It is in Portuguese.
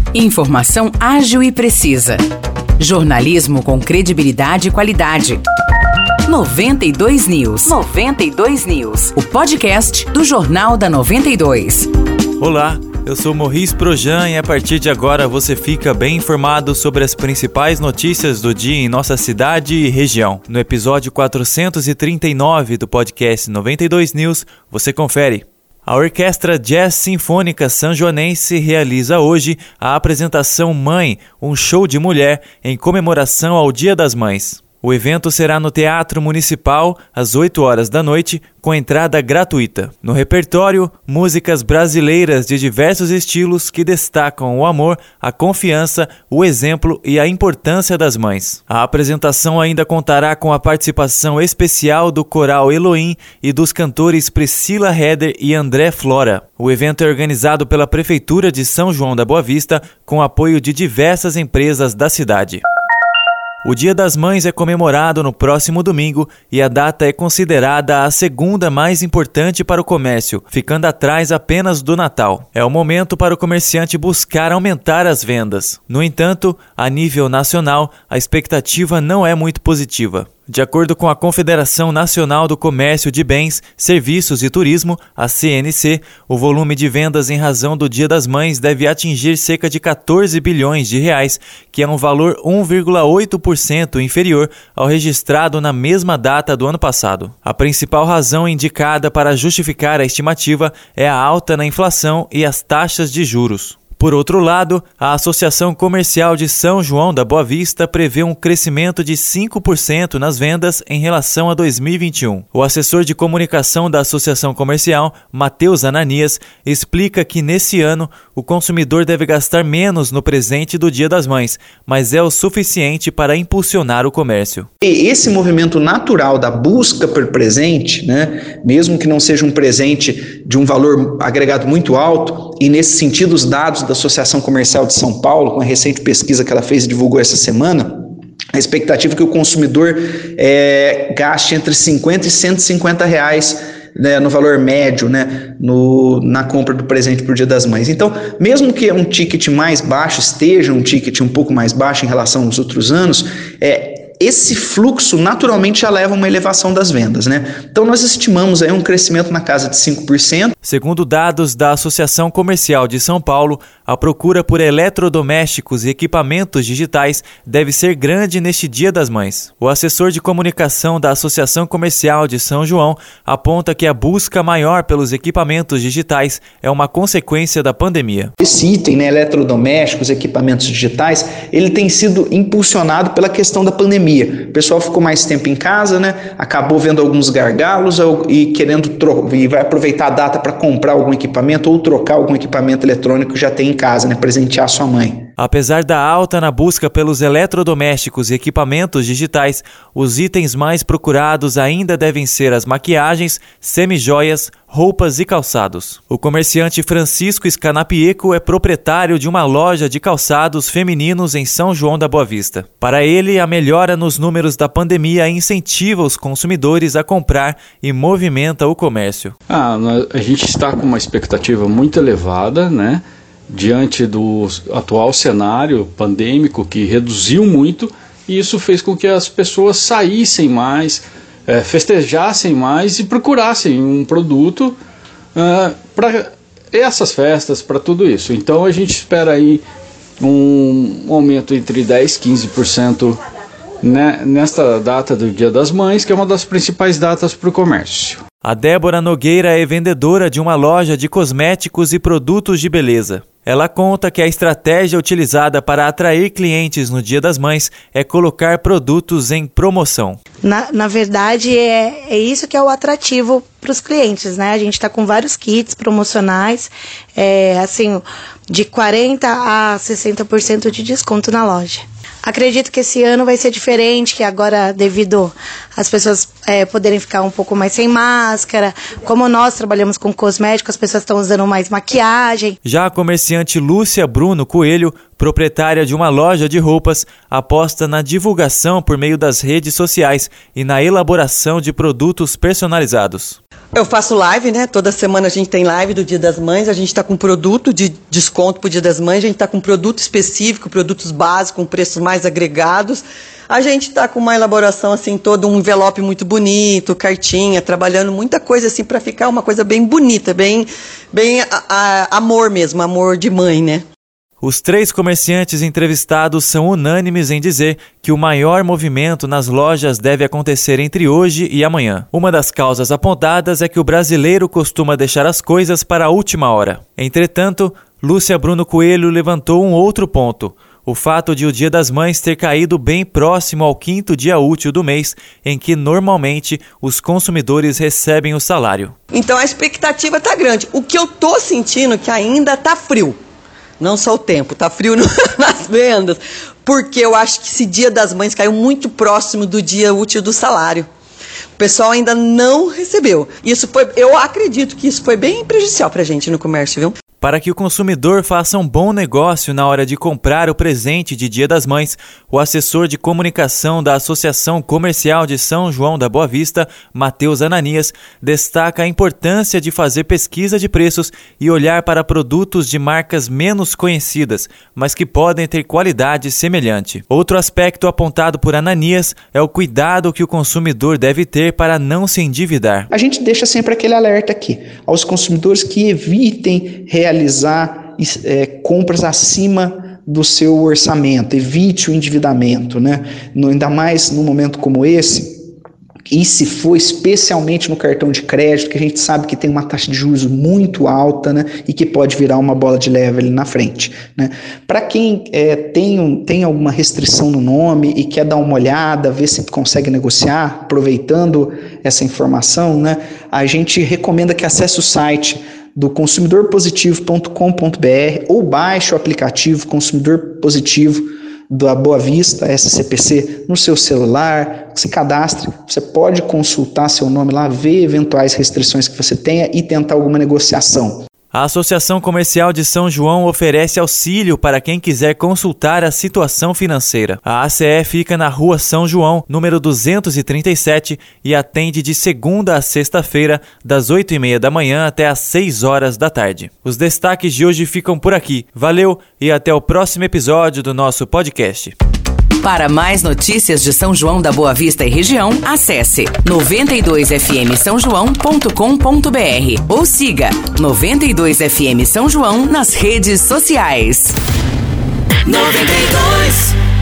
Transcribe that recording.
Informação ágil e precisa. Jornalismo com credibilidade e qualidade. 92 News. 92 News. O podcast do Jornal da 92. Olá, eu sou Maurice Projan e a partir de agora você fica bem informado sobre as principais notícias do dia em nossa cidade e região. No episódio 439 do podcast 92 News, você confere. A Orquestra Jazz Sinfônica Sanjoanense realiza hoje a apresentação Mãe, um show de mulher em comemoração ao Dia das Mães. O evento será no Teatro Municipal, às 8 horas da noite, com entrada gratuita. No repertório, músicas brasileiras de diversos estilos que destacam o amor, a confiança, o exemplo e a importância das mães. A apresentação ainda contará com a participação especial do coral Elohim e dos cantores Priscila Heder e André Flora. O evento é organizado pela Prefeitura de São João da Boa Vista, com apoio de diversas empresas da cidade. O Dia das Mães é comemorado no próximo domingo e a data é considerada a segunda mais importante para o comércio, ficando atrás apenas do Natal. É o momento para o comerciante buscar aumentar as vendas. No entanto, a nível nacional, a expectativa não é muito positiva. De acordo com a Confederação Nacional do Comércio de Bens, Serviços e Turismo, a CNC, o volume de vendas em razão do Dia das Mães deve atingir cerca de 14 bilhões de reais, que é um valor 1,8% inferior ao registrado na mesma data do ano passado. A principal razão indicada para justificar a estimativa é a alta na inflação e as taxas de juros. Por outro lado, a Associação Comercial de São João da Boa Vista prevê um crescimento de 5% nas vendas em relação a 2021. O assessor de comunicação da Associação Comercial, Matheus Ananias, explica que nesse ano o consumidor deve gastar menos no presente do Dia das Mães, mas é o suficiente para impulsionar o comércio. Esse movimento natural da busca por presente, mesmo que não seja um presente de um valor agregado muito alto, e nesse sentido os dados da Associação Comercial de São Paulo, com a recente pesquisa que ela fez e divulgou essa semana, a expectativa é que o consumidor gaste entre 50 e 150 reais no valor médio, na compra do presente para o Dia das Mães. Então, mesmo que um ticket mais baixo esteja um ticket um pouco mais baixo em relação aos outros anos, esse fluxo naturalmente já leva a uma elevação das vendas, Então nós estimamos aí um crescimento na casa de 5%. Segundo dados da Associação Comercial de São Paulo, a procura por eletrodomésticos e equipamentos digitais deve ser grande neste Dia das Mães. O assessor de comunicação da Associação Comercial de São João aponta que a busca maior pelos equipamentos digitais é uma consequência da pandemia. Esse item, eletrodomésticos, equipamentos digitais, ele tem sido impulsionado pela questão da pandemia. O pessoal ficou mais tempo em casa, acabou vendo alguns gargalos e e vai aproveitar a data para comprar algum equipamento ou trocar algum equipamento eletrônico que já tem em casa, presentear sua mãe. Apesar da alta na busca pelos eletrodomésticos e equipamentos digitais, os itens mais procurados ainda devem ser as maquiagens, semijoias, roupas e calçados. O comerciante Francisco Scanapieco é proprietário de uma loja de calçados femininos em São João da Boa Vista. Para ele, a melhora nos números da pandemia incentiva os consumidores a comprar e movimenta o comércio. A gente está com uma expectativa muito elevada, diante do atual cenário pandêmico que reduziu muito, e isso fez com que as pessoas saíssem mais, festejassem mais e procurassem um produto para essas festas, para tudo isso. Então a gente espera aí um aumento entre 10% e 15% nesta data do Dia das Mães, que é uma das principais datas para o comércio. A Débora Nogueira é vendedora de uma loja de cosméticos e produtos de beleza. Ela conta que a estratégia utilizada para atrair clientes no Dia das Mães é colocar produtos em promoção. Na verdade, é isso que é o atrativo para os clientes, A gente está com vários kits promocionais, de 40% a 60% de desconto na loja. Acredito que esse ano vai ser diferente, que agora, devido as pessoas poderem ficar um pouco mais sem máscara. Como nós trabalhamos com cosméticos, as pessoas estão usando mais maquiagem. Já a comerciante Lúcia Bruno Coelho, proprietária de uma loja de roupas, aposta na divulgação por meio das redes sociais e na elaboração de produtos personalizados. Eu faço live, né? Toda semana a gente tem live do Dia das Mães, a gente está com produto de desconto para o Dia das Mães, a gente está com produto específico, produtos básicos, com preços mais agregados. A gente está com uma elaboração, assim, todo um envelope muito bonito, cartinha, trabalhando muita coisa, assim, para ficar uma coisa bem bonita, bem amor mesmo, amor de mãe, né? Os 3 comerciantes entrevistados são unânimes em dizer que o maior movimento nas lojas deve acontecer entre hoje e amanhã. Uma das causas apontadas é que o brasileiro costuma deixar as coisas para a última hora. Entretanto, Lúcia Bruno Coelho levantou um outro ponto: o fato de o Dia das Mães ter caído bem próximo ao 5º dia útil do mês, em que normalmente os consumidores recebem o salário. Então a expectativa está grande. O que eu estou sentindo é que ainda está frio. Não só o tempo, tá frio nas vendas, porque eu acho que esse Dia das Mães caiu muito próximo do dia útil do salário. O pessoal ainda não recebeu. Eu acredito que isso foi bem prejudicial pra gente no comércio, viu? Para que o consumidor faça um bom negócio na hora de comprar o presente de Dia das Mães, o assessor de comunicação da Associação Comercial de São João da Boa Vista, Matheus Ananias, destaca a importância de fazer pesquisa de preços e olhar para produtos de marcas menos conhecidas, mas que podem ter qualidade semelhante. Outro aspecto apontado por Ananias é o cuidado que o consumidor deve ter para não se endividar. A gente deixa sempre aquele alerta aqui aos consumidores que evitem realizar compras acima do seu orçamento, evite o endividamento, né? Ainda mais num momento como esse, e se for especialmente no cartão de crédito, que a gente sabe que tem uma taxa de juros muito alta, né? E que pode virar uma bola de neve ali na frente, né? Para quem tem alguma restrição no nome e quer dar uma olhada, ver se consegue negociar, aproveitando essa informação, né? A gente recomenda que acesse o site do consumidorpositivo.com.br ou baixe o aplicativo Consumidor Positivo da Boa Vista, SCPC, no seu celular, se cadastre, você pode consultar seu nome lá, ver eventuais restrições que você tenha e tentar alguma negociação. A Associação Comercial de São João oferece auxílio para quem quiser consultar a situação financeira. A ACE fica na Rua São João, número 237, e atende de segunda a sexta-feira, das 8h30 da manhã até às 6 horas da tarde. Os destaques de hoje ficam por aqui. Valeu e até o próximo episódio do nosso podcast. Para mais notícias de São João da Boa Vista e região, acesse 92fmsaojão.com.br ou siga 92FM São João nas redes sociais. 92